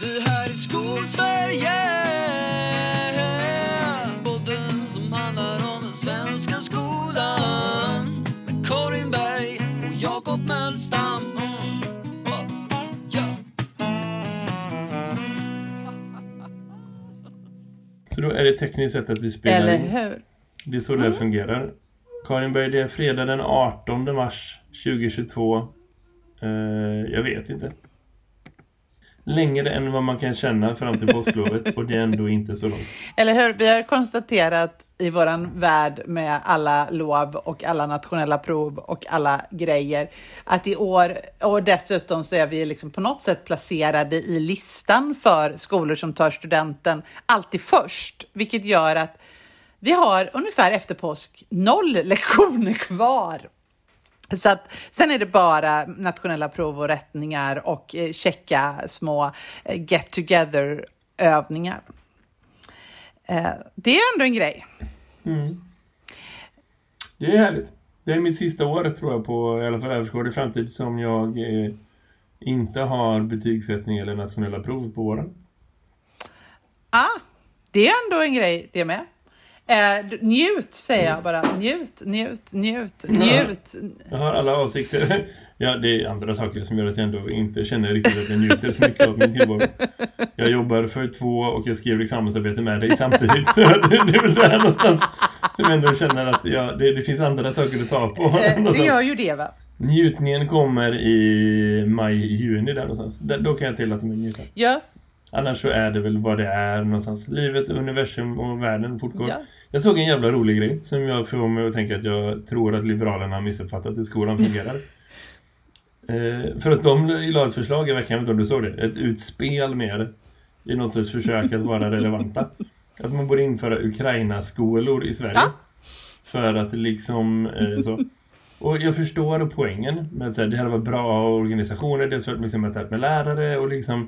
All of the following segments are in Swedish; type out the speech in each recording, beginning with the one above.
Det här är Skolsverige, podden som handlar om den svenska skolan, med Karin Berg och Jakob Mölstam. Så då är det tekniskt sett att vi spelar. Eller hur? Det är så det fungerar. Karin Berg, det är fredag den 18 mars 2022. Jag vet inte. Längre än vad man kan känna fram till påsklovet, och det är ändå inte så långt. Eller hur? Vi har konstaterat i våran värld med alla lov och alla nationella prov och alla grejer att i år, och dessutom så är vi liksom på något sätt placerade i listan för skolor som tar studenten alltid först, vilket gör att vi har ungefär efter påsk 0 lektioner kvar. Så att sen är det bara nationella prov och rättningar och checka små get-together-övningar. Det är ändå en grej. Mm. Det är härligt. Det är mitt sista år, tror jag, på i alla fall överskådlig framtid som jag inte har betygssättning eller nationella prov på våren. Det är ändå en grej det med. Njut, säger jag bara. Njut. Jag har alla avsikter. Ja, det är andra saker som gör att jag ändå inte känner riktigt att jag njuter så mycket av min tillvaro. Jag jobbar för 2 och jag skriver examensarbete med dig samtidigt. Så det är väl där någonstans som jag ändå känner att det finns andra saker att ta på. Det gör ju det, va? Njutningen kommer i maj-juni där någonstans. Då kan jag tillåta mig njuta. Ja. Annars så är det väl vad det är någonstans. Livet, universum och världen fortgår. Ja. Jag såg en jävla rolig grej som jag får mig att tänka att jag tror att liberalerna har missuppfattat hur skolan fungerar. För att de la ett förslag i veckan, jag vet inte om du såg det, ett utspel mer i något sorts försök att vara relevanta. Att man borde införa Ukraina-skolor i Sverige. För att liksom så. Och jag förstår poängen med att det här var bra organisationer, dels för att liksom möta med lärare och liksom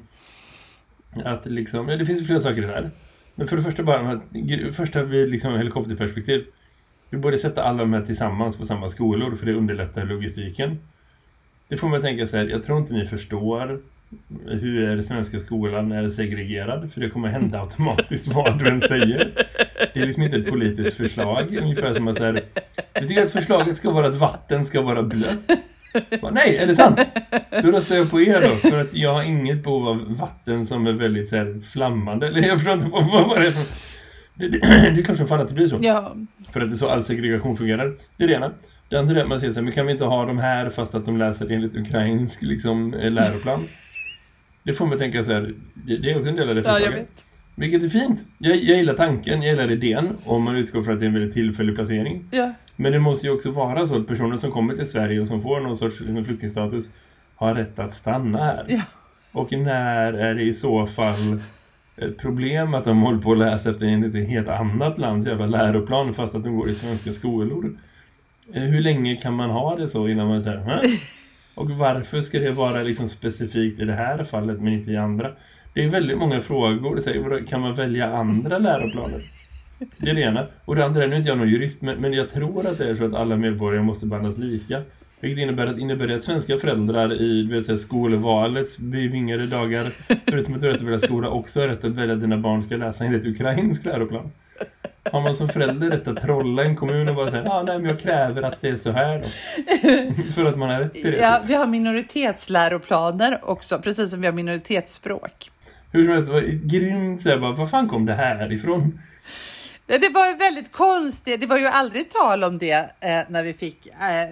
att liksom, det finns flera saker i det här. Men för det första bara, första vid liksom helikopterperspektiv. Vi borde sätta alla de här tillsammans på samma skolor för det underlättar logistiken. Det får man tänka så här, jag tror inte ni förstår hur är den svenska skolan är segregerad, för det kommer hända automatiskt vad du än säger. Det är liksom inte ett politiskt förslag, ungefär som att så här, jag tycker att förslaget ska vara att vatten ska vara blött. Nej, är det sant? Då röstar jag på er då, för att jag har inget behov av vatten som är väldigt så här flammande. Eller jag förstår inte vad det är för... Det är kanske fan att det blir så. Ja. För att det är så all segregation fungerar. Det är det ena. Det andra är att man säger så här, men kan vi inte ha de här fast att de läser enligt ukrainsk liksom, läroplan? Det får man tänka så här, det är också en del av det förslaget. Ja, jag vet. Vilket är fint. Jag gillar tanken, jag gillar idén om man utgår från att det är en väldigt tillfällig placering. Ja. Men det måste ju också vara så att personer som kommer till Sverige och som får någon sorts flyktingstatus har rätt att stanna här. Ja. Och när är det i så fall ett problem att de håller på att läsa efter ett helt annat lands jävla läroplan fast att de går i svenska skolor? Hur länge kan man ha det så innan man säger och varför ska det vara liksom specifikt i det här fallet men inte i andra? Det är väldigt många frågor. Det säger, kan man välja andra läroplaner? Det är det ena. Och det andra är, nu inte jag någon jurist, men jag tror att det är så att alla medborgare måste behandlas lika. Vilket innebär att svenska föräldrar i skolvalets bevingade dagar, förutom att du har rätt att välja skola, också har rätt att välja att dina barn ska läsa enligt ukrainsk läroplan. Har man som förälder rätt att trolla en kommun och bara säga, nej men jag kräver att det är så här då. För att man har rätt till det. Ja, vi har minoritetsläroplaner också, precis som vi har minoritetsspråk. Hur som helst, det var grymt så här, bara, vad fan kom det här ifrån? Det var väldigt konstigt. Det var ju aldrig tal om det när vi fick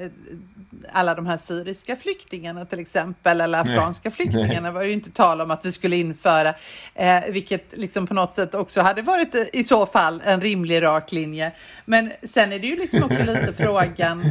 alla de här syriska flyktingarna till exempel, eller afghanska flyktingarna. Det var ju inte tal om att vi skulle införa, vilket liksom på något sätt också hade varit i så fall en rimlig rak linje. Men sen är det ju liksom också lite frågan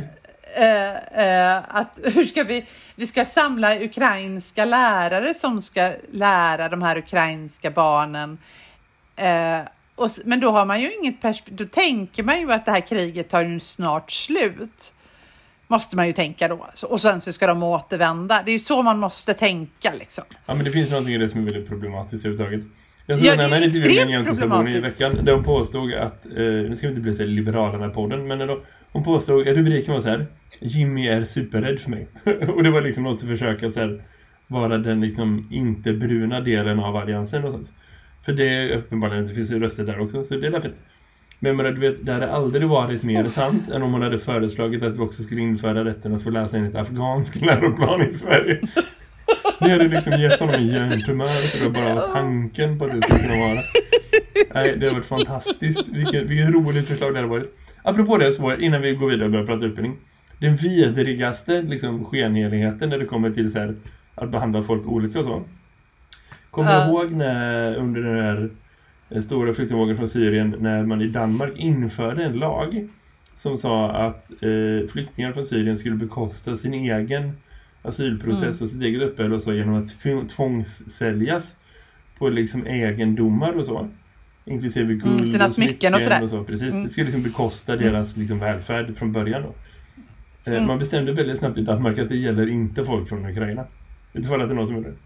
att hur ska vi ska samla ukrainska lärare som ska lära de här ukrainska barnen. Men då har man ju inget perspektiv. Då tänker man ju att det här kriget tar ju snart slut. Måste man ju tänka då. Och sen så ska de återvända. Det är ju så man måste tänka liksom. Ja, men det finns någonting i det som är väldigt problematiskt överhuvudtaget. Jag såg en annan intervju med en person i veckan där hon påstod att, nu ska vi inte bli så liberalerna på podden, men hon påstod att rubriken var så här: Jimmy är superrädd för mig. Och det var liksom något att försöka så här vara den liksom inte bruna delen av alliansen någonstans. För det är uppenbarligen, det finns ju röster där också, så det är därför. Men du vet, det hade aldrig varit mer sant än om man hade föreslagit att vi också skulle införa rätten att få läsa in ett afghansk läroplan i Sverige. Det hade liksom gett honom en hjärntumör för att bara vara tanken på att det skulle kunna vara. Nej, det har varit fantastiskt. Vilket roligt förslag det hade varit. Apropå det så, innan vi går vidare och börjar prata utbildning. Den vidrigaste liksom, skenheligheten när det kommer till så här, att behandla folk olika och så. Kommer jag ihåg när under den här stora flyktingvågen från Syrien, när man i Danmark införde en lag som sa att flyktingar från Syrien skulle bekosta sin egen asylprocess och sitt eget uppehälle och så genom att tvångssäljas på liksom egendomar och så. Inklusive guld sina smycken och sådär. Och så. Precis, det skulle liksom bekosta deras liksom välfärd från början då. Man bestämde väldigt snabbt i Danmark att det gäller inte folk från Ukraina. Utifrån att det är någon som gjorde det.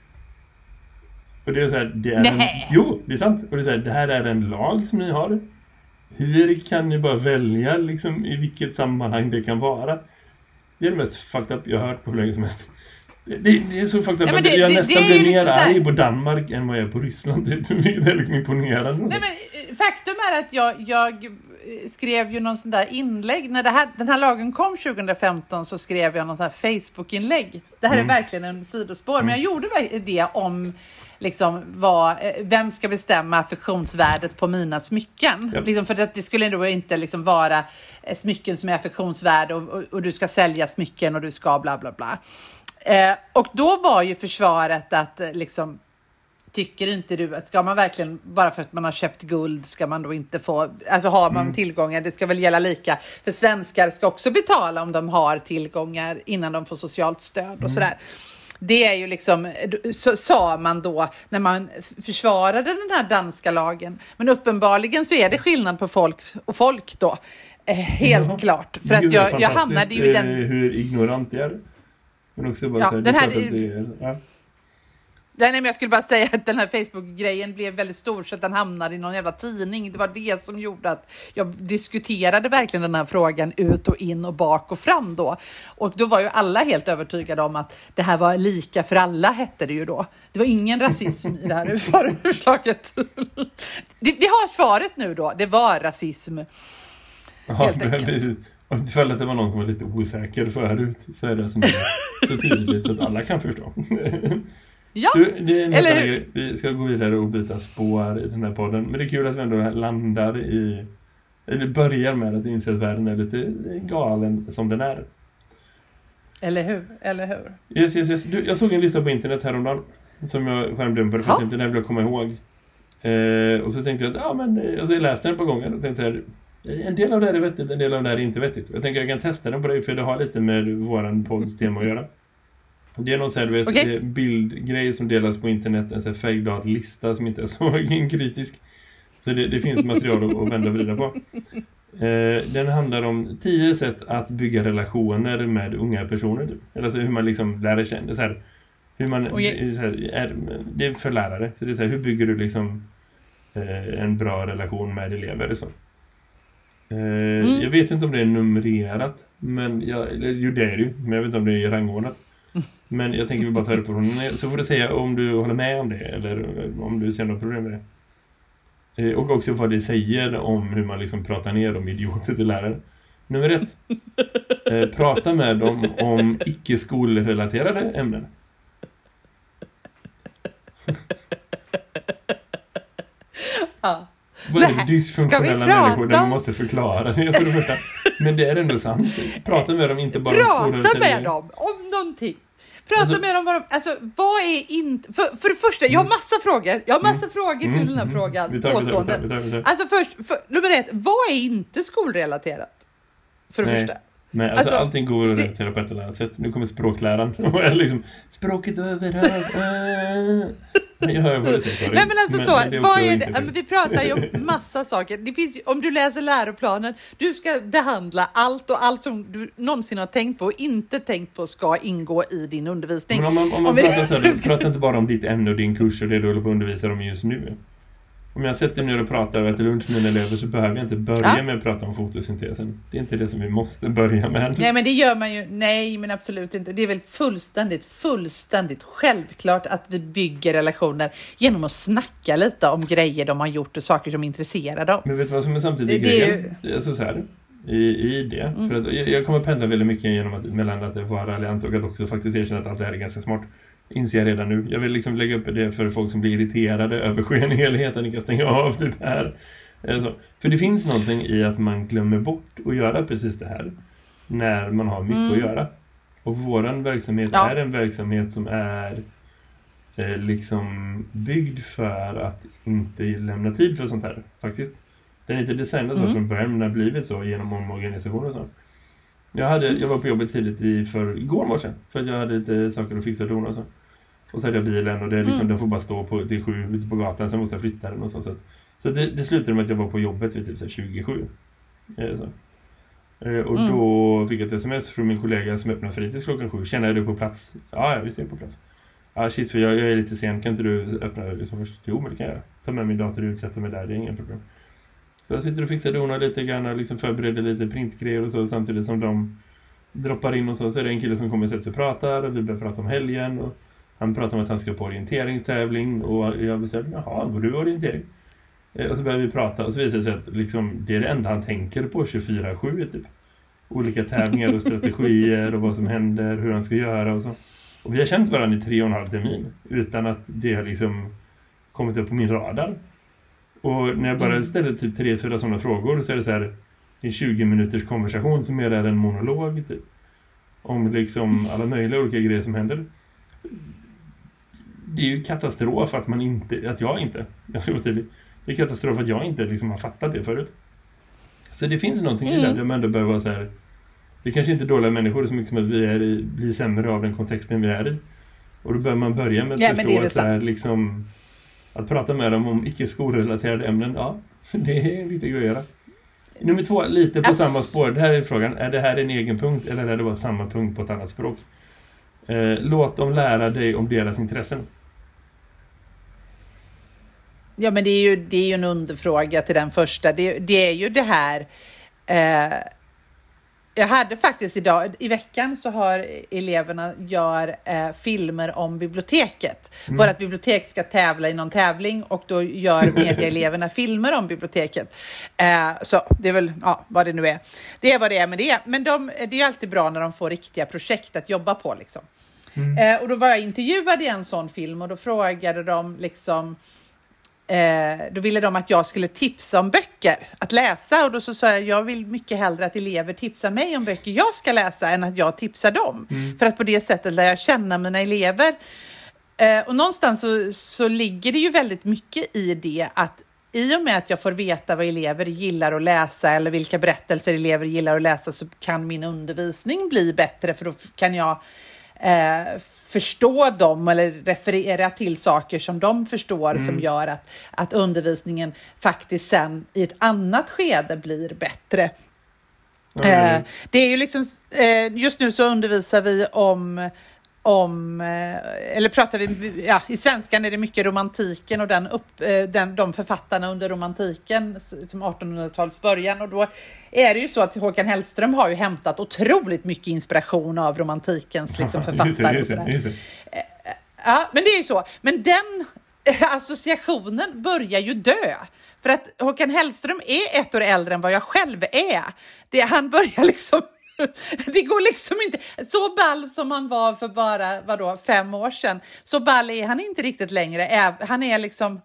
Och det är så här, jo, det är sant. Och det är så här, det här är en lag som ni har. Hur kan ni bara välja liksom, i vilket sammanhang det kan vara? Det är det mest fucked up jag har hört på hur länge som helst. Det är så fucked up att jag nästan blir mer arg på Danmark än vad jag är på Ryssland. Vilket är liksom imponerande. Nej, men faktum är att jag skrev ju någon sån där inlägg. När den här lagen kom 2015 så skrev jag någon sån här Facebook-inlägg. Det här är verkligen en sidospår. Men jag gjorde det om liksom vem ska bestämma affektionsvärdet på mina smycken. Yep. Liksom för att det skulle då inte liksom vara smycken som är affektionsvärd och du ska sälja smycken och du ska bla bla bla. Och då var ju försvaret att liksom, tycker inte du att ska man verkligen, bara för att man har köpt guld ska man då inte få, alltså har man tillgångar, det ska väl gälla lika, för svenskar ska också betala om de har tillgångar innan de får socialt stöd och sådär. Det är ju liksom, så sa man då när man försvarade den här danska lagen. Men uppenbarligen så är det skillnad på folk och folk då. Helt klart. För att jag hamnade ju i den... Hur ignorant det är. Men också bara den här... Nej, men jag skulle bara säga att den här Facebook-grejen blev väldigt stor så att den hamnade i någon jävla tidning. Det var det som gjorde att jag diskuterade verkligen den här frågan ut och in och bak och fram då. Och då var ju alla helt övertygade om att det här var lika för alla, hette det ju då. Det var ingen rasism i det här förslaget. Vi har svaret nu då. Det var rasism. Helt enkelt. Ifall att det var någon som var lite osäker förut så är det som är så tydligt så att alla kan förstå. Ja, det är eller hur? Vi ska gå vidare och byta spår i den här podden. Men det är kul att vi ändå landar i... Eller börjar med att inse att världen är lite galen som den är. Eller hur? Eller hur? Yes. Jag såg en lista på internet häromdagen som jag skärmdumpade för att inte jag ville komma ihåg. Och så tänkte jag att alltså jag läste den på gången och tänkte så här, en del av det här är vettigt, en del av det här är inte vettigt. Jag tänker att jag kan testa den på dig för det har lite med våran podds tema att göra. Det är någon så här, bildgrej som delas på internet, en så här färgglad lista som inte är så kritisk. Så det finns material att vända och vrida på. Den handlar om 10 sätt att bygga relationer med unga personer. Alltså hur man liksom lär känna så här, hur man så här, det är för lärare. Så det är så här, hur bygger du liksom en bra relation med elever och så. Jag vet inte om det är numrerat, men det är det ju, men jag vet inte om det är rangordnat. Men jag tänker vi bara ta det på den. Så får du säga om du håller med om det eller om du ser något problem med det. Och också vad det säger om hur man liksom pratar ner om idioter till lärare. Nummer 1. Prata med dem om icke-skolrelaterade ämnen. Ja. Vad är det dysfunktionella människor där man måste förklara det för det första. Men det är ändå sant. Prata med dem inte bara om prata med dem om någonting. Prata med dem vad är inte... För det första, jag har massa frågor. Jag har massa frågor till den här frågan. Vi tar. Alltså nummer 1, vad är inte skolrelaterat? För det första. Men alltså allting går att relatera på ett eller annat sätt. Nu kommer språkläraren och är liksom språket överallt. Jag hör vad du säger. Nej men alltså vad är det? Men vi pratar ju om massa saker. Det finns ju, om du läser läroplanen, du ska behandla allt och allt som du någonsin har tänkt på och inte tänkt på ska ingå i din undervisning. Men om man pratar så här, pratar inte bara om ditt ämne och din kurs och det du håller på att undervisa om just nu. Om jag sätter ner och pratar och äter lunch med mina elever så behöver jag inte börja med att prata om fotosyntesen. Det är inte det som vi måste börja med. Nej, men det gör man ju. Nej, men absolut inte. Det är väl fullständigt självklart att vi bygger relationer genom att snacka lite om grejer de har gjort och saker som intresserar dem. Men vet du vad som är samtidigt grejen? Alltså så här, i det. För att jag kommer att pendla väldigt mycket genom att mellan att vara raljant och att också faktiskt erkänna att allt det här är ganska smart. Inser jag redan nu. Jag vill liksom lägga upp det för folk som blir irriterade över skenheligheten. Ni kan stänga av det här. Så. För det finns någonting i att man glömmer bort att göra precis det här när man har mycket att göra. Och våran verksamhet är en verksamhet som är liksom byggd för att inte lämna tid för sånt här faktiskt. Den är inte designad så från början, men den har blivit så genom omorganisation och så. Jag var på jobbet tidigt i förrgår morse för att jag hade lite saker att fixa och dona och så. Och så hade jag bilen och det liksom, den får bara stå till 7 ute på gatan, sen måste jag flytta den och så. Så det slutade med att jag var på jobbet vid typ 27. Och då fick jag ett sms från min kollega som öppnar fritids klockan 7. Känner du på plats? Ja, visst är jag på plats. Ja, shit, för jag är lite sen. Kan inte du öppna liksom först? Jo, men det kan jag göra. Ta med min dator och utsätta mig där, det är inga problem. Så jag sitter och fixar dona lite grann och liksom förbereder lite printgrejer och så samtidigt som de droppar in och så är det en kille som kommer och sätter sig och pratar och vi börjar prata om helgen och han pratar om att han ska på orienteringstävling och jag vill säga, jaha, går du orientering? Och så börjar vi prata och så visar det sig att liksom, det är det enda han tänker på 24/7 typ. Olika tävlingar och strategier och vad som händer, hur han ska göra och så. Och vi har känt varandra i 3,5 termin utan att det har liksom kommit upp på min radar. Och när jag bara ställer typ 3-4 sådana frågor så är det så här, en 20 minuters konversation som är en monolog typ. Om liksom alla möjliga olika grejer som händer. Det är ju katastrof att jag ska vara tydlig. Det är katastrof att jag inte liksom har fattat det förut. Så det finns någonting i det där man ändå behöver vara så här. Det kanske inte är dåliga människor så mycket som att vi blir sämre av den kontexten vi är i. Och då bör man börja med att förstå att, så här, liksom, att prata med dem om icke-skolrelaterade ämnen. Ja, det är en viktig grej att göra. Nummer 2, lite på samma spår. Det här är frågan. Är det här en egen punkt eller är det bara samma punkt på ett annat språk? Låt dem lära dig om deras intressen. Ja, men det är ju en underfråga till den första. Det är ju det här... jag hade faktiskt i veckan så har eleverna gör filmer om biblioteket. För att bibliotek ska tävla i någon tävling och då gör medieeleverna filmer om biblioteket. Så det är väl, vad det nu är. Det är vad det är med det. Men det är ju alltid bra när de får riktiga projekt att jobba på liksom. Och då var jag intervjuad i en sån film och då frågade de liksom... då ville de att jag skulle tipsa om böcker att läsa och då så sa jag vill mycket hellre att elever tipsar mig om böcker jag ska läsa än att jag tipsar dem. För att på det sättet lär jag känna mina elever. Och någonstans så ligger det ju väldigt mycket i det att i och med att jag får veta vad elever gillar att läsa eller vilka berättelser elever gillar att läsa så kan min undervisning bli bättre för då kan jag förstå dem eller referera till saker som de förstår som gör att undervisningen faktiskt sen i ett annat skede blir bättre. Det är ju liksom just nu så undervisar vi om eller pratar vi i svenskan är det mycket romantiken och de författarna under romantiken som 1800-talets början och då är det ju så att Håkan Hellström har ju hämtat otroligt mycket inspiration av romantikens liksom författare och sådär. Ja, men det är ju så. Men den associationen börjar ju dö. För att Håkan Hellström är 1 år äldre än vad jag själv är. Han börjar liksom det går liksom inte, så ball som han var för bara 5 år sedan, så ball är han inte riktigt längre. Han är liksom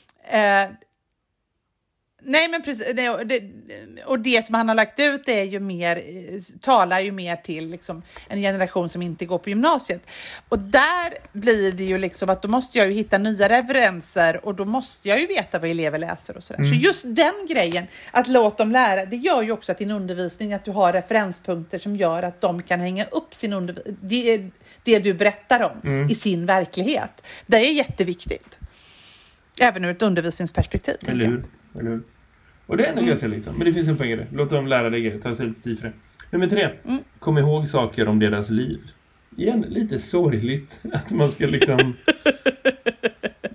nej men precis, och det som han har lagt ut är ju talar ju mer till liksom en generation som inte går på gymnasiet. Och där blir det ju liksom att då måste jag ju hitta nya referenser och då måste jag ju veta vad elever läser och sådär. Så just den grejen, att låta dem lära, det gör ju också att din undervisning, att du har referenspunkter som gör att de kan hänga upp sin det du berättar om i sin verklighet. Det är jätteviktigt. Även ur ett undervisningsperspektiv. Eller hur? Och det är ändå ganska liksom. Men det finns en poäng i det. Låt dem lära dig grejer. Ta sig lite tid för det. Nummer 3. Kom ihåg saker om deras liv. Igen, lite sorgligt att man ska liksom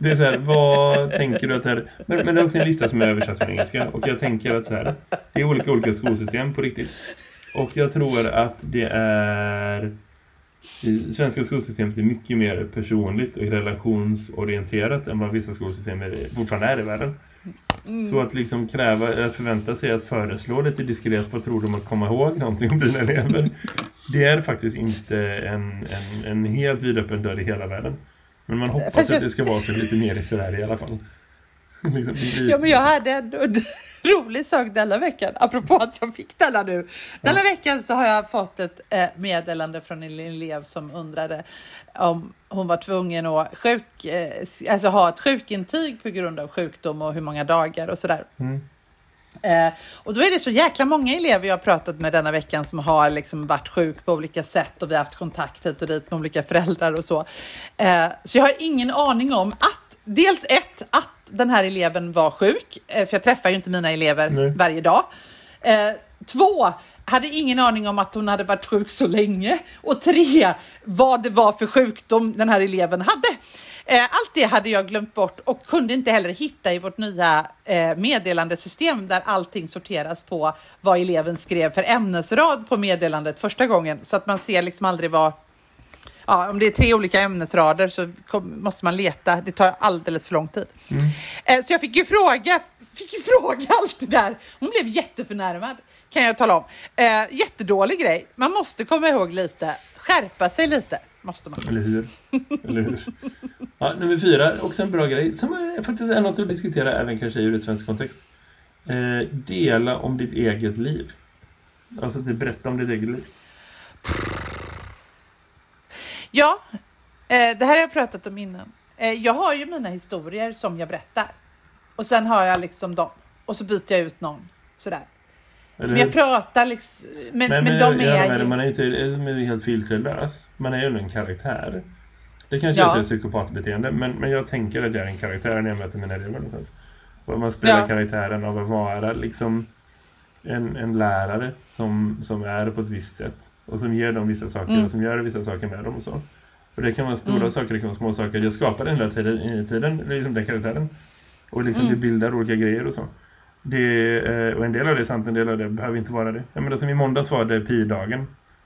Det är så här, vad tänker du att det är? Men det är också en lista som är översatt från engelska. Och jag tänker att så här, det är olika skolsystem på riktigt. Och jag tror att det är... Det svenska skolsystemet är mycket mer personligt och relationsorienterat än vad vissa skolsystem fortfarande är i världen. Så att liksom att förvänta sig att föreslå lite diskret vad tror de att komma ihåg någonting om dina elever. Det är faktiskt inte en helt vidöppen dörr i hela världen. Men man hoppas att det ska vara så lite mer i Sverige i alla fall. Liksom, ja, men jag hade en rolig sak denna veckan, apropå att jag fick denna nu. Denna veckan så har jag fått ett meddelande från en elev som undrade om hon var tvungen att ha ett sjukintyg på grund av sjukdom och hur många dagar och sådär. Och då är det så jäkla många elever jag har pratat med denna veckan som har liksom varit sjuk på olika sätt och vi har haft kontakt hit och dit med olika föräldrar och så. Så jag har ingen aning om att den här eleven var sjuk, för jag träffar ju inte mina elever varje dag. 2, hade ingen aning om att hon hade varit sjuk så länge. Och 3, vad det var för sjukdom den här eleven hade. Allt det hade jag glömt bort och kunde inte heller hitta i vårt nya meddelandesystem där allting sorteras på vad eleven skrev för ämnesrad på meddelandet första gången. Så att man ser liksom aldrig vad... Ja, om det är 3 olika ämnesrader så måste man leta. Det tar alldeles för lång tid. Så jag fick ju fråga allt det där. Hon blev jätteförnärmad, kan jag tala om. Jättedålig grej. Man måste komma ihåg lite. Skärpa sig lite, måste man. Eller hur? Ja, nummer 4, också en bra grej. Som är faktiskt är något att diskutera även kanske i ett svensk kontext. Dela om ditt eget liv. Alltså att berätta om ditt eget liv. Ja, det här har jag pratat om innan. Jag har ju mina historier som jag berättar. Och sen har jag liksom dem. Och så byter jag ut någon. Sådär. Men jag pratar liksom... Men de är ju... Man är inte helt filterlös. Man är ju en karaktär. Det kanske är psykopatbeteende. Men jag tänker att jag är en karaktär när jag möter mina elever någonstans. Och man spelar karaktären av att vara liksom en lärare som är på ett visst sätt. Och som ger dem vissa saker och som gör vissa saker med dem och så. Och det kan vara stora saker, det kan vara små saker. Jag skapar den hela tiden liksom den karaktären. Och liksom det bildar olika grejer och så. Och en del av det är sant, en del av det behöver inte vara det. Men som i måndags var det Pi-dagen.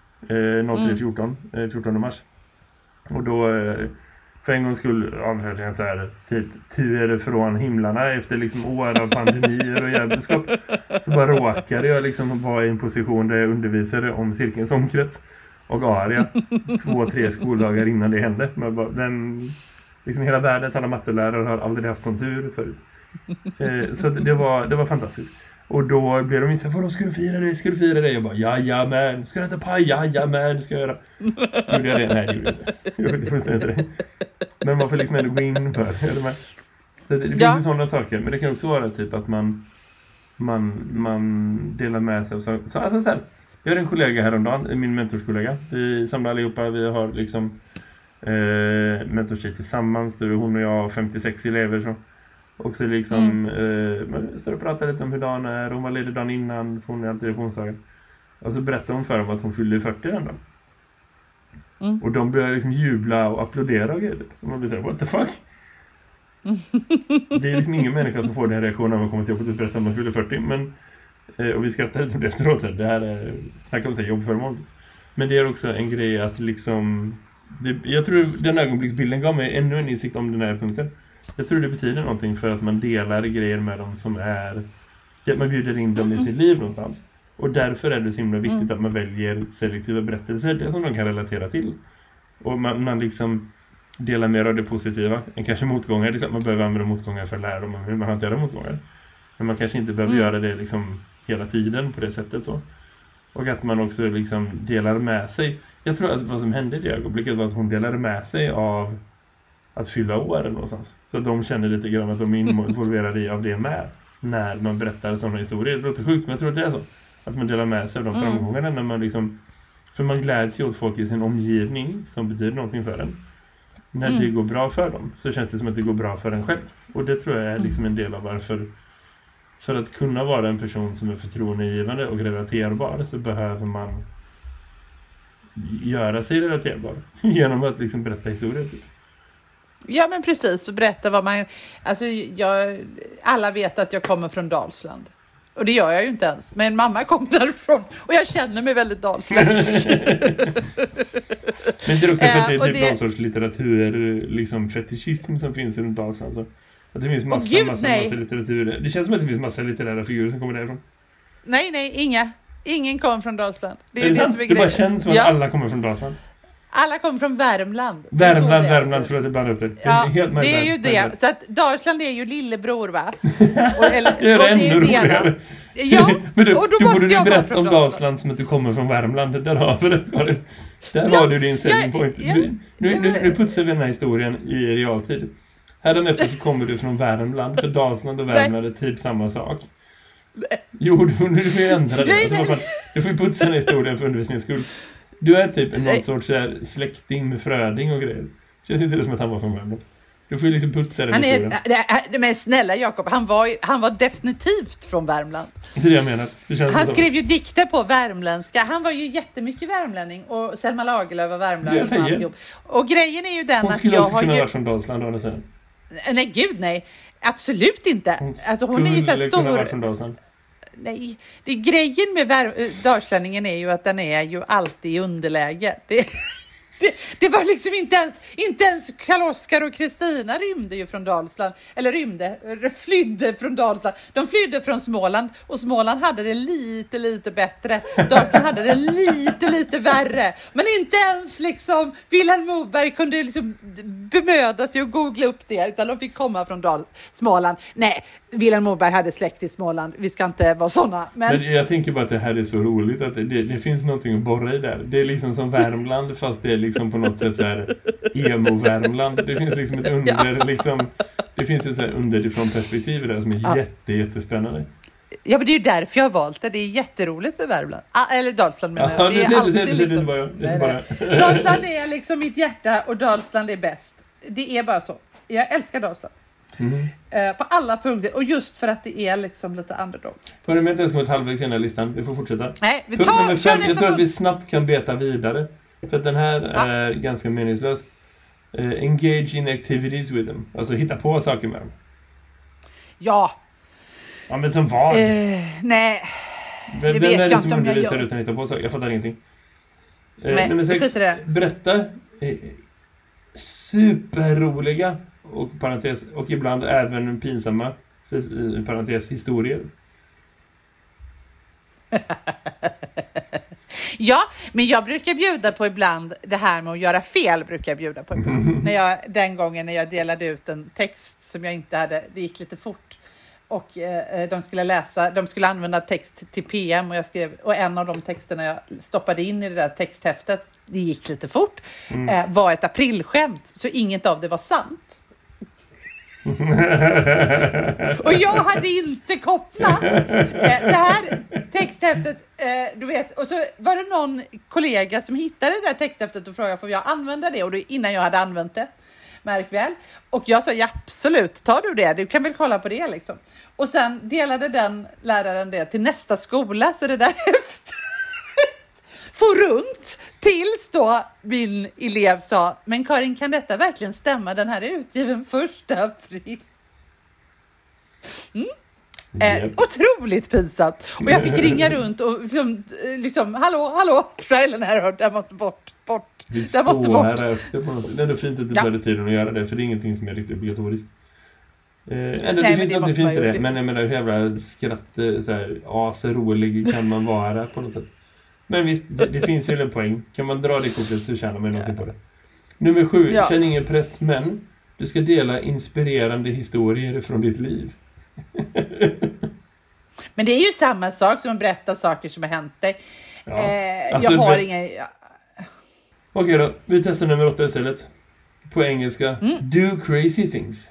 14 mars. Och då för en gång skulle avhörde en så här typ tur från himlarna efter liksom år av pandemier och jävelskap. Så bara råkade jag liksom vara i en position där jag undervisade om cirkelns omkrets och aria 2-3 skoldagar innan det hände. Men bara, liksom hela världens alla mattelärare har aldrig haft sån tur förut. Så det var fantastiskt. Och då blev de så här, vadå, ska du fira det? Jag bara, jajamän. Ska du äta paj? Jajamän, ska jag göra. Gjorde jag det? Nej, det gjorde jag inte. Jag gjorde fullständigt det. Men man får liksom ändå gå in för. Så det finns ju sådana saker. Men det kan också vara typ att man delar med sig. Så alltså så här, jag har en kollega häromdagen, min mentorskollega. Vi samlar allihopa, vi har liksom mentorstid tillsammans. Hon och jag har 56 elever så. Och så liksom man står och pratar lite om hur dagen är. Hon var ledig dagen innan, för hon är alltid reponsdagen. Och så berättar hon för dem att hon fyllde 40 den dagen. Och de börjar liksom jubla och applådera och grejer. Och man blir såhär, what the fuck? Det är liksom ingen människa som får den reaktionen när man kommer till jobbet och berättar om att man fyller 40. Men, och vi skrattar lite om det efteråt. Så det här är, snacka om sig jobbförmån. Men det är också en grej att liksom... jag tror den ögonblicksbilden gav mig ännu en insikt om den här punkten. Jag tror det betyder någonting för att man delar grejer med dem som är... att man bjuder in dem i sitt liv någonstans. Och därför är det så himla viktigt att man väljer selektiva berättelser, det som de kan relatera till. Och man liksom delar mer av det positiva än kanske motgångar. Det är klart man behöver använda motgångar för att lära dem hur man hanterar motgångar. Men man kanske inte behöver göra det liksom hela tiden på det sättet så. Och att man också liksom delar med sig. Jag tror att vad som hände i det ögonblicket var att hon delade med sig av att fylla år eller någonstans. Så att de känner lite grann att de är involverade av det med. När man berättar sådana historier. Det låter sjukt, men jag tror att det är så. Att man delar med sig av de framgångarna. När man liksom, för man gläds ju åt folk i sin omgivning som betyder någonting för en. När det går bra för dem så känns det som att det går bra för en själv. Och det tror jag är liksom en del av varför. För att kunna vara en person som är förtroendegivande och relaterbar så behöver man göra sig relaterbar. Genom att liksom berätta historier typ. Ja, men precis. Och berätta vad man... Alltså, alla vet att jag kommer från Dalsland. Och det gör jag ju inte ens. Men mamma kom därifrån. Och jag känner mig väldigt dalsländsk. Men det är också för att det är typ någon sorts litteratur, liksom fetischism som finns runt Dalsland. Så att det finns massa litteratur. Det känns som att det finns massa litterära figurer som kommer därifrån. Nej, ingen kommer från Dalsland. Det är ju det som är grejen. Det bara känns som att alla kommer från Dalsland. Alla kommer från Värmland. Värmland tror jag det bland upp det. Ja, det är ju det. Så att Dalsland är ju lillebror, va? Det är ännu roligare. Ja, men du, och då måste måste jag berätta om Dalsland som att du kommer från Värmland. Där har du din selling point. Nu putsar vi den här historien i realtid. Hädanefter så kommer du från Värmland. För Dalsland och Värmland är typ samma sak. Jo, du får ju ändra det. Alltså, du får ju putsa den här historien för undervisningens skull. Du är typ någon sorts släkting med Fröding och grejer. Känns inte det som att han var från Värmland? Du får ju liksom putsa den historien. Men snälla Jakob, han var definitivt från Värmland. Det är det jag menar. Han skrev ju dikter på värmländska. Han var ju jättemycket värmlänning. Och Selma Lagerlöf var värmlänning. Och grejen är ju den hon att jag har kunna vara från Dalsland då, sen. Nej, gud nej. Absolut inte. Hon är ju så här stor. Vara från Dalsland. Nej, det är grejen med dalslänningen är ju att den är ju alltid i underläge. Det var liksom inte ens Karl-Oskar och Kristina rymde ju från Dalsland. Eller flydde från Dalsland. De flydde från Småland. Och Småland hade det lite bättre. Dalsland hade det lite värre. Men inte ens liksom Vilhelm Moberg kunde liksom bemöda sig och googla upp det. Utan de fick komma från Småland. Nej, Vilhelm Moberg hade släkt i Småland. Vi ska inte vara såna. Men jag tänker bara att det här är så roligt. Att det finns någonting att borra i där. Det är liksom som Värmland fast det är liksom på något sätt så här emo-Värmland. Det finns liksom ett liksom, det finns ett så här underifrån perspektiv där som är jättespännande. Ja, men det är ju därför jag har valt det. Det är jätteroligt med Värmland. Eller Dalsland menar jag. Det är alltid liksom... Dalsland är liksom mitt hjärta och Dalsland är bäst. Det är bara så. Jag älskar Dalsland. På alla punkter. Och just för att det är liksom lite underdog. För det med inte ens kommit halvvägs i den här listan. Vi får fortsätta. Nej, vi punkt nummer 5. Jag tror att vi snabbt kan beta vidare. För att den här är ganska meningslös. Engage in activities with them. Alltså hitta på saker med dem. Ja. Ja, men som vad? Nej. Vem vet är det som undervisar utan hitta på saker? Jag fattar ingenting. Nej, nummer 6. Berätta superroliga och ibland även pinsamma historier. Ja, men jag brukar bjuda på ibland det här med att göra fel brukar jag bjuda på ibland. Den gången när jag delade ut en text som jag inte hade, det gick lite fort. Och de skulle använda text till PM och en av de texterna jag stoppade in i det där texthäftet, det gick lite fort, var ett aprilskämt, så inget av det var sant. Och jag hade inte kopplat det här texthäftet, du vet, och så var det någon kollega som hittade det där texthäftet och frågade får jag använda det, och då, innan jag hade använt det, märk väl, och jag sa ja, absolut, tar du det, du kan väl kolla på det liksom. Och sen delade den läraren det till nästa skola, så det där efter får runt tills då min elev sa, men Karin, kan detta verkligen stämma? Den här är utgiven 1 april. Otroligt pinsamt. Och jag fick ringa runt och liksom hallå, trailen här, den måste bort. Den måste bort. Det är fint att du tar dig tiden att göra det, för det är ingenting som är riktigt obligatoriskt. Det finns något fint det. Men jag menar, hur jävla skratt så här, aserolig kan man vara på något sätt. Men visst, det finns ju en poäng. Kan man dra det kortet så tjänar man någonting på det. Nummer 7, känn ingen press, men du ska dela inspirerande historier från ditt liv. Men det är ju samma sak som att berätta saker som har hänt dig. Alltså, jag har inga... Okej då, vi testar nummer 8 istället. På engelska. Do crazy things.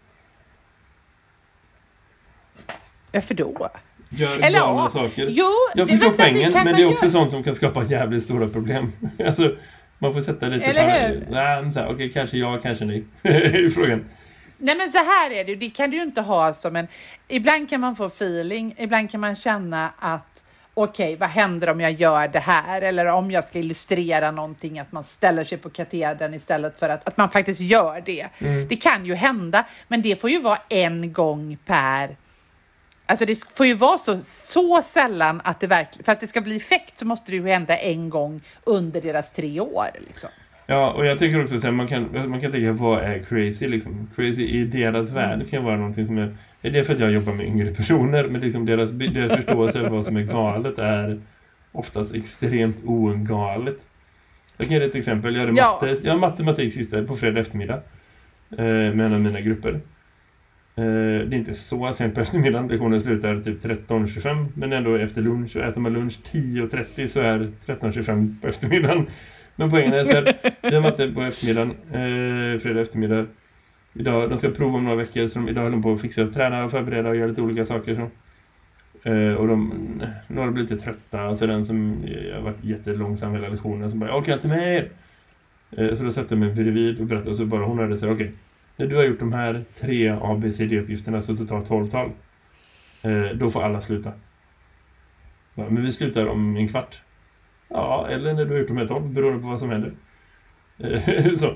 Varför då? Gör galna saker. Jo, jag förstår poängen, men det är också sånt som kan skapa jävligt stora problem. Alltså, man får sätta lite... Eller hur? Nej, okej, kanske jag, kanske ni. I frågan. Nej, men så här är det kan du ju inte ha som en... Ibland kan man få feeling, ibland kan man känna att okej, vad händer om jag gör det här? Eller om jag ska illustrera någonting, att man ställer sig på katedern istället för att man faktiskt gör det. Det kan ju hända, men det får ju vara en gång per... Alltså det får ju vara så sällan att det verkligen... För att det ska bli effekt så måste det ju hända en gång under deras 3 år liksom. Ja, och jag tycker också att man kan tänka, vad är crazy liksom? Crazy i deras värld kan vara någonting som är... Det är för att jag jobbar med yngre personer, men liksom deras förståelse av vad som är galet är oftast extremt ogalet. Jag kan ge ett exempel. Jag hade matematik sista på fredag eftermiddag med en av mina grupper. Det är inte så sent på eftermiddagen. Lektionen slutar typ 13.25, men ändå efter lunch. Och äter man lunch 10.30 så är 13.25 på eftermiddagen. Men poängen är så att jag matte på eftermiddagen, fredag eftermiddag. Idag, de ska prova om några veckor, så idag håller de på att fixa, träna och förbereda och göra lite olika saker. Så. Och några blir lite trötta. Och så den som har varit jättelångsam hela lektionen som bara, jag orkar inte mer. Så då sätter jag mig bredvid och berättar, så bara hon hade sagt, okej, när du har gjort de här 3 ABCD-uppgifterna, så totalt 12-tal, då får alla sluta. Men vi slutar om en kvart. Ja, eller när du har gjort de här 12, beroende på vad som händer. Så.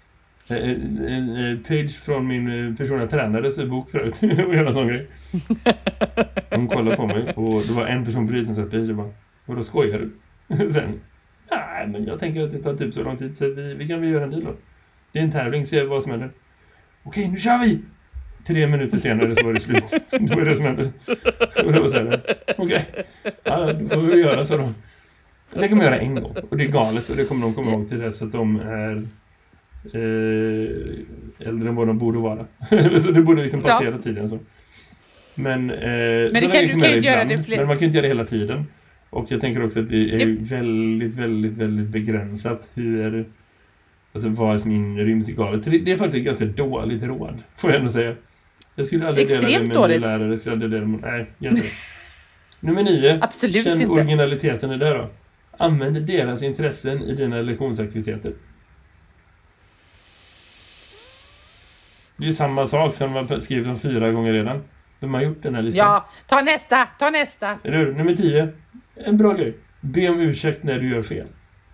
En page från min personliga tränades bok förut och hela sån grej. Hon kollade på mig och det var en person bredvid som satt i och bara, och då skojar du? Sen, nej, men jag tänker att det tar typ så lång tid, så vi kan väl göra en deal då. Det är en tävling, se vad som händer. Okej, nu kör vi! 3 minuter senare så var det slut. Det var det som hände. Och det var så här, okej. Ja, då får vi göra så då. Det kan man göra en gång. Och det är galet. Och det kommer de komma ihåg till dess att de är äldre än vad de borde vara. Så det borde liksom passera tiden så. Men det kan du kan göra det men man kan inte göra det hela tiden. Och jag tänker också att det är väldigt, väldigt, väldigt begränsat hur, alltså vad som inryms i galet. Det är faktiskt ganska dåligt råd, får jag ändå säga. Jag skulle aldrig dela det med min lärare. Jag skulle aldrig dela med... Nej, egentligen. Nummer 9. Absolut Känn inte. originaliteten i det då. Använd deras intressen i dina lektionsaktiviteter. Det är samma sak som man skrivit om 4 gånger redan. Vem har gjort den här listan? Ja, ta nästa. Nummer 10. En bra grej. Be om ursäkt när du gör fel.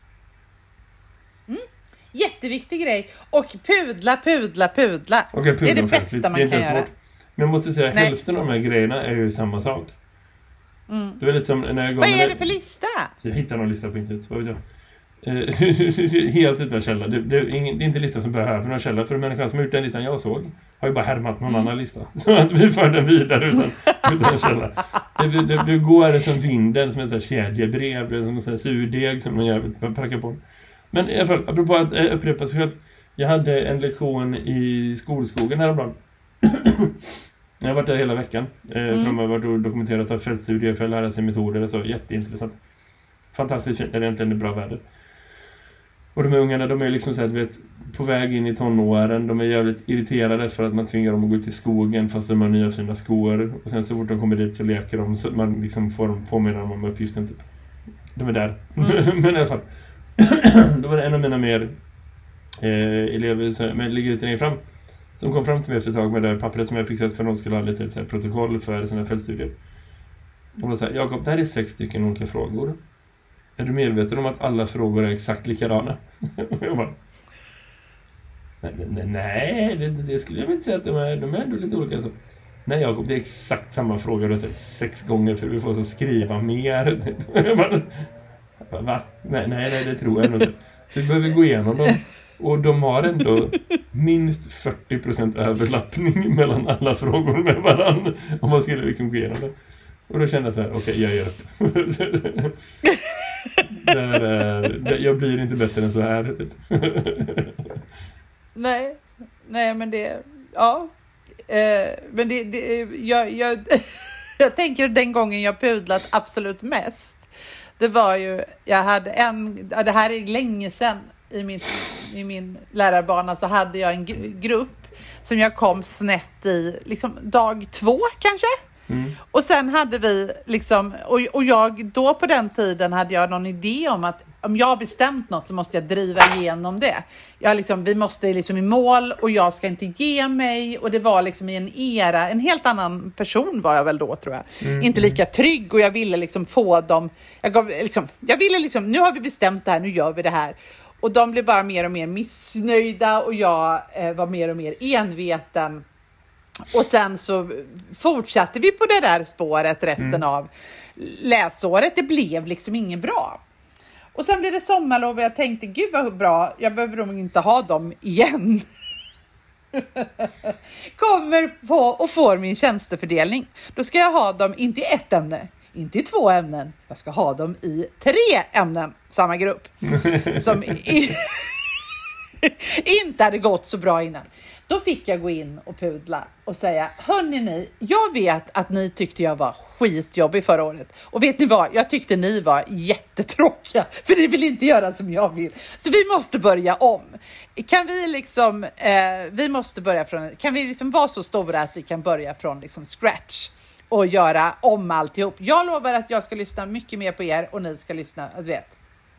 Jätteviktig grej. Och pudla. Okay, det är det bästa man kan göra. Men jag måste säga, hälften av de här grejerna är ju samma sak. Det är lite som när jag Vad är det för lista? Jag hittar någon lista på internet, vad vet jag. Helt utan källa. Det är inte en lista som behöver någon källa. För människan som har gjort den listan jag såg har ju bara härmat någon annan lista. Så att vi för den vidare utan källa. Det går som vinden, som ett kedjebrev, som en sån här surdeg som man gör packar på. Men i alla fall, apropå att upprepa sig själv. Jag hade en lektion i skolskogen häromdagen. Jag har varit där hela veckan. För de har varit och dokumenterat av fältstudier för att lära sig metoder och så. Jätteintressant. Fantastiskt fint, det är egentligen bra väder. Och de här ungarna, de är liksom så här, på väg in i tonåren. De är jävligt irriterade för att man tvingar dem att gå ut i skogen fast de har nya fina skor. Och sen så fort de kommer dit så leker de, så man liksom får dem påminna dem om uppgiften typ. De är där. Men i alla fall. Då var det en av mina mer elever som ligger lite längre fram. Som kom fram till mig efter ett tag med det pappret som jag fixat för att de skulle ha lite så här, protokoll för sina fältstudier. Och var så här, Jakob, det här är 6 stycken olika frågor. Är du medveten om att alla frågor är exakt likadana? Och jag bara, nej, det skulle jag inte säga att de är ändå lite olika. Så. Nej Jakob, det är exakt samma fråga. Du har sett 6 gånger för vi får så skriva mer. Jag bara, va? Nej, det tror jag inte. Så vi behöver gå igenom dem. Och de har ändå minst 40% överlappning mellan alla frågor med varandra. Om man skulle liksom gå igenom det. Och då kände jag så här, okej, jag gör upp. Jag blir inte bättre än så här. Typ. Nej, men det... Ja. Men jag tänker den gången jag pudlat absolut mest. Det var ju... Jag hade det här är länge sedan i min lärarbana så hade jag en grupp som jag kom snett i liksom dag 2 kanske. Och sen hade vi liksom, och jag då på den tiden hade jag någon idé om att om jag har bestämt något så måste jag driva igenom det. Vi måste liksom i mål och jag ska inte ge mig. Och det var liksom i en era, en helt annan person var jag väl då tror jag. Inte lika trygg och jag ville liksom få dem, jag ville liksom, nu har vi bestämt det här, nu gör vi det här. Och de blev bara mer och mer missnöjda och jag var mer och mer enveten. Och sen så fortsatte vi på det där spåret resten av läsåret. Det blev liksom inget bra. Och sen blev det sommarlov och jag tänkte, gud vad bra, jag behöver nog inte ha dem igen. Kommer på och får min tjänstefördelning. Då ska jag ha dem inte i ett ämne, inte i 2 ämnen. Jag ska ha dem i 3 ämnen, samma grupp. Som inte hade gått så bra innan. Då fick jag gå in och pudla och säga, hörni ni, jag vet att ni tyckte jag var skitjobbig förra året. Och vet ni vad, jag tyckte ni var jättetråkiga, för ni vill inte göra som jag vill. Så vi måste börja om. Kan vi liksom, kan vi liksom vara så stora att vi kan börja från liksom scratch och göra om alltihop. Jag lovar att jag ska lyssna mycket mer på er och ni ska lyssna, du vet.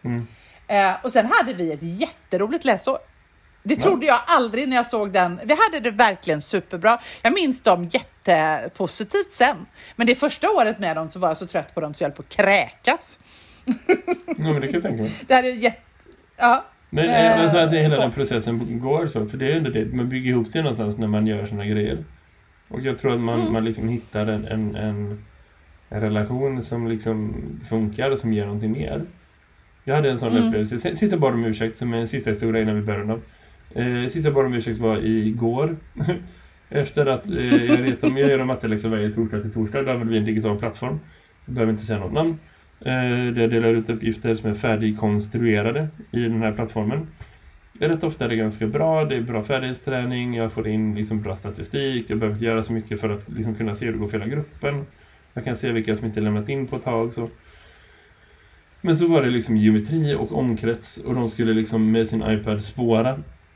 Och sen hade vi ett jätteroligt läsår. Det trodde jag aldrig när jag såg den. Vi hade det verkligen superbra. Jag minns dem jättepositivt sen. Men det första året med dem så var jag så trött på dem så jag höll på att kräkas. Ja, men det kan jag tänka mig. Det här är ja. Men jag tror att hela den processen går så. För det är ändå det. Man bygger ihop sig någonstans när man gör såna grejer. Och jag tror att man liksom hittar en relation som liksom funkar och som ger någonting mer. Jag hade en sån upplevelse. Sista bara om ursäkt som är en sista historia innan vi börjar av. Sista bara om ursäkt var igår. Efter att jag gör en matteläxa varje torsdag till torsdag. Där använder vi en digital plattform. Jag behöver inte säga något namn. Där jag delar ut uppgifter som är färdigkonstruerade i den här plattformen. Rätt ofta är det ganska bra. Det är bra färdighetsträning. Jag får in liksom bra statistik. Jag behöver inte göra så mycket för att liksom kunna se hur det går för hela gruppen. Jag kan se vilka som inte lämnat in på ett tag. Så. Men så var det liksom geometri och omkrets. Och de skulle liksom med sin iPad spåra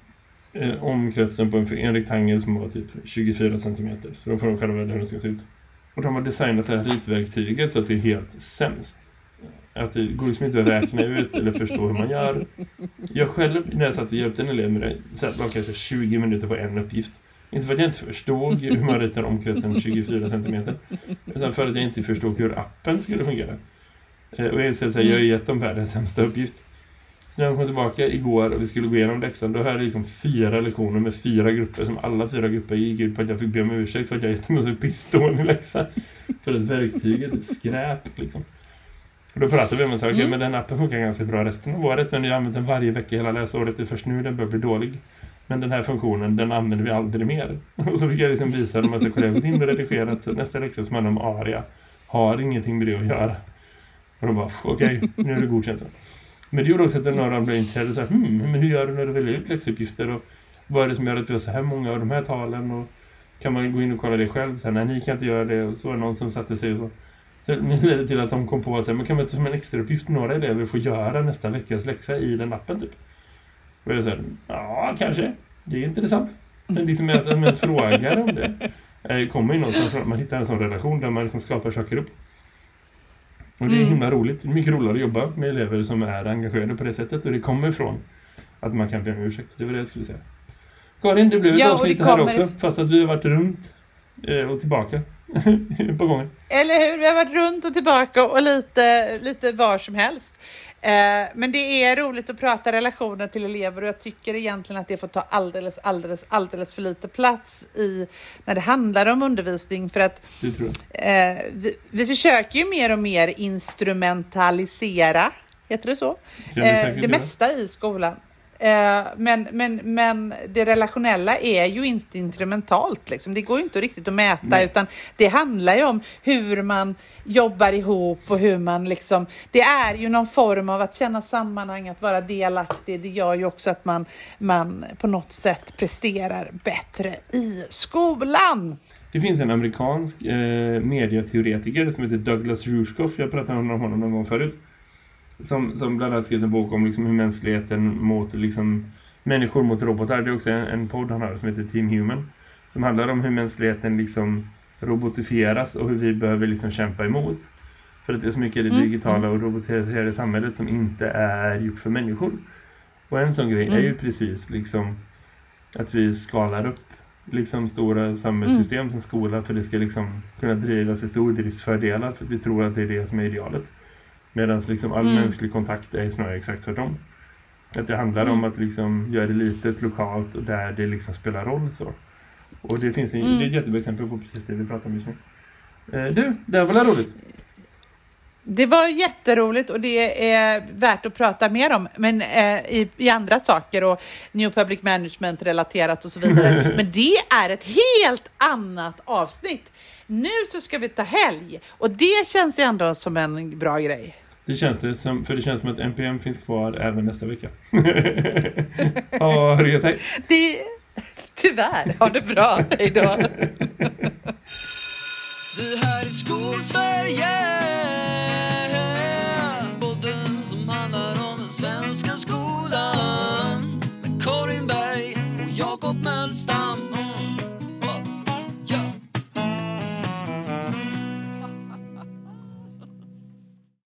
omkretsen på en rektangel som var typ 24 cm. Så då får de själva välja hur det ska se ut. Och de har designat det här ritverktyget så att det är helt sämst. Att det går liksom inte att räkna ut eller förstå hur man gör. Jag själv, när jag satt och hjälpte en elev med det, satt man kanske 20 minuter på en uppgift. Inte för att jag inte förstod hur man ritar omkretsen 24 cm. Utan för att jag inte förstod hur appen skulle fungera. Och jag säger att jag har gett dem världens sämsta uppgift. Så när de kom tillbaka igår och vi skulle gå igenom läxan, då hade jag liksom 4 lektioner med 4 grupper som alla 4 grupper gick ut på att jag fick be om ursäkt för att jag gett dem en så pissdålig läxa. För att verktyget är skräp liksom. Och då pratade vi om en sak, men den appen funkar ganska bra resten av året, men jag har använt den varje vecka hela läsåret, det är först nu den börjar bli dålig. Men den här funktionen, den använder vi aldrig mer. Och så fick jag liksom visa dem att jag kunde ha in och redigerat, så nästa läxa som handlar om aria har ingenting med det att göra. Och de bara, okej, nu är det godkänt så. Men det gjorde också att några blev intresserade och sa, men hur gör du när du väljer ut läxuppgifter? Och vad är det som gör att vi har så här många av de här talen? Och kan man gå in och kolla det själv? Så här, nej, ni kan inte göra det. Och så var det någon som satte sig och så. Så det ledde till att de kom på att men kan man inte som en extra uppgift några elever får göra nästa veckas läxa i den appen typ? Och jag sa, ja, kanske. Det är intressant. Men liksom att man ens frågar om det. Kommer ju någonstans att man hittar en sån relation där man liksom skapar saker upp. Och det är himla roligt. Det är mycket roligare att jobba med elever som är engagerade på det sättet. Och det kommer ifrån att man kan be om ursäkt. Det var det jag skulle säga. Karin, det blev ett avsnitt här också. Fast att vi har varit runt och tillbaka på gången. Eller hur? Vi har varit runt och tillbaka och lite var som helst. Men det är roligt att prata relationer till elever och jag tycker egentligen att det får ta alldeles för lite plats när det handlar om undervisning, för att det tror jag. Vi försöker ju mer och mer instrumentalisera, heter det så? Det mesta i skolan. Men det relationella är ju inte instrumentalt liksom. Det går ju inte riktigt att mäta, utan det handlar ju om hur man jobbar ihop och hur man liksom, det är ju någon form av att känna sammanhang, att vara delaktig. Det gör ju också att man på något sätt presterar bättre i skolan. Det finns en amerikansk mediateoretiker som heter Douglas Rushkoff. Jag pratade om honom någon gång förut. Som bland annat skrivit en bok om liksom hur mänskligheten mot liksom, människor mot robotar. Det är också en podd han har som heter Team Human. Som handlar om hur mänskligheten liksom robotifieras och hur vi behöver liksom kämpa emot. För att det är så mycket i det digitala och robotiserade samhället som inte är gjort för människor. Och en sån grej är ju precis liksom att vi skalar upp liksom stora samhällssystem som skola för det ska liksom kunna drivas i stordriftsfördelar för att vi tror att det är det som är idealet. Medan liksom all mänsklig kontakt är snarare exakt tvärtom. Att det handlar om att liksom göra det litet, lokalt och där det liksom spelar roll så. Och det finns det är ett jättebra exempel på precis det vi pratar om just nu. Det här var roligt. Det var jätteroligt och det är värt att prata mer om, men i andra saker och New Public Management relaterat och så vidare. Men det är ett helt annat avsnitt. Nu så ska vi ta helg och det känns ju ändå som en bra grej. Det känns det som, för det känns som att NPM finns kvar även nästa vecka. Ja, hej. Tyvärr, ha det bra. Hej då. Du här i Skolsverige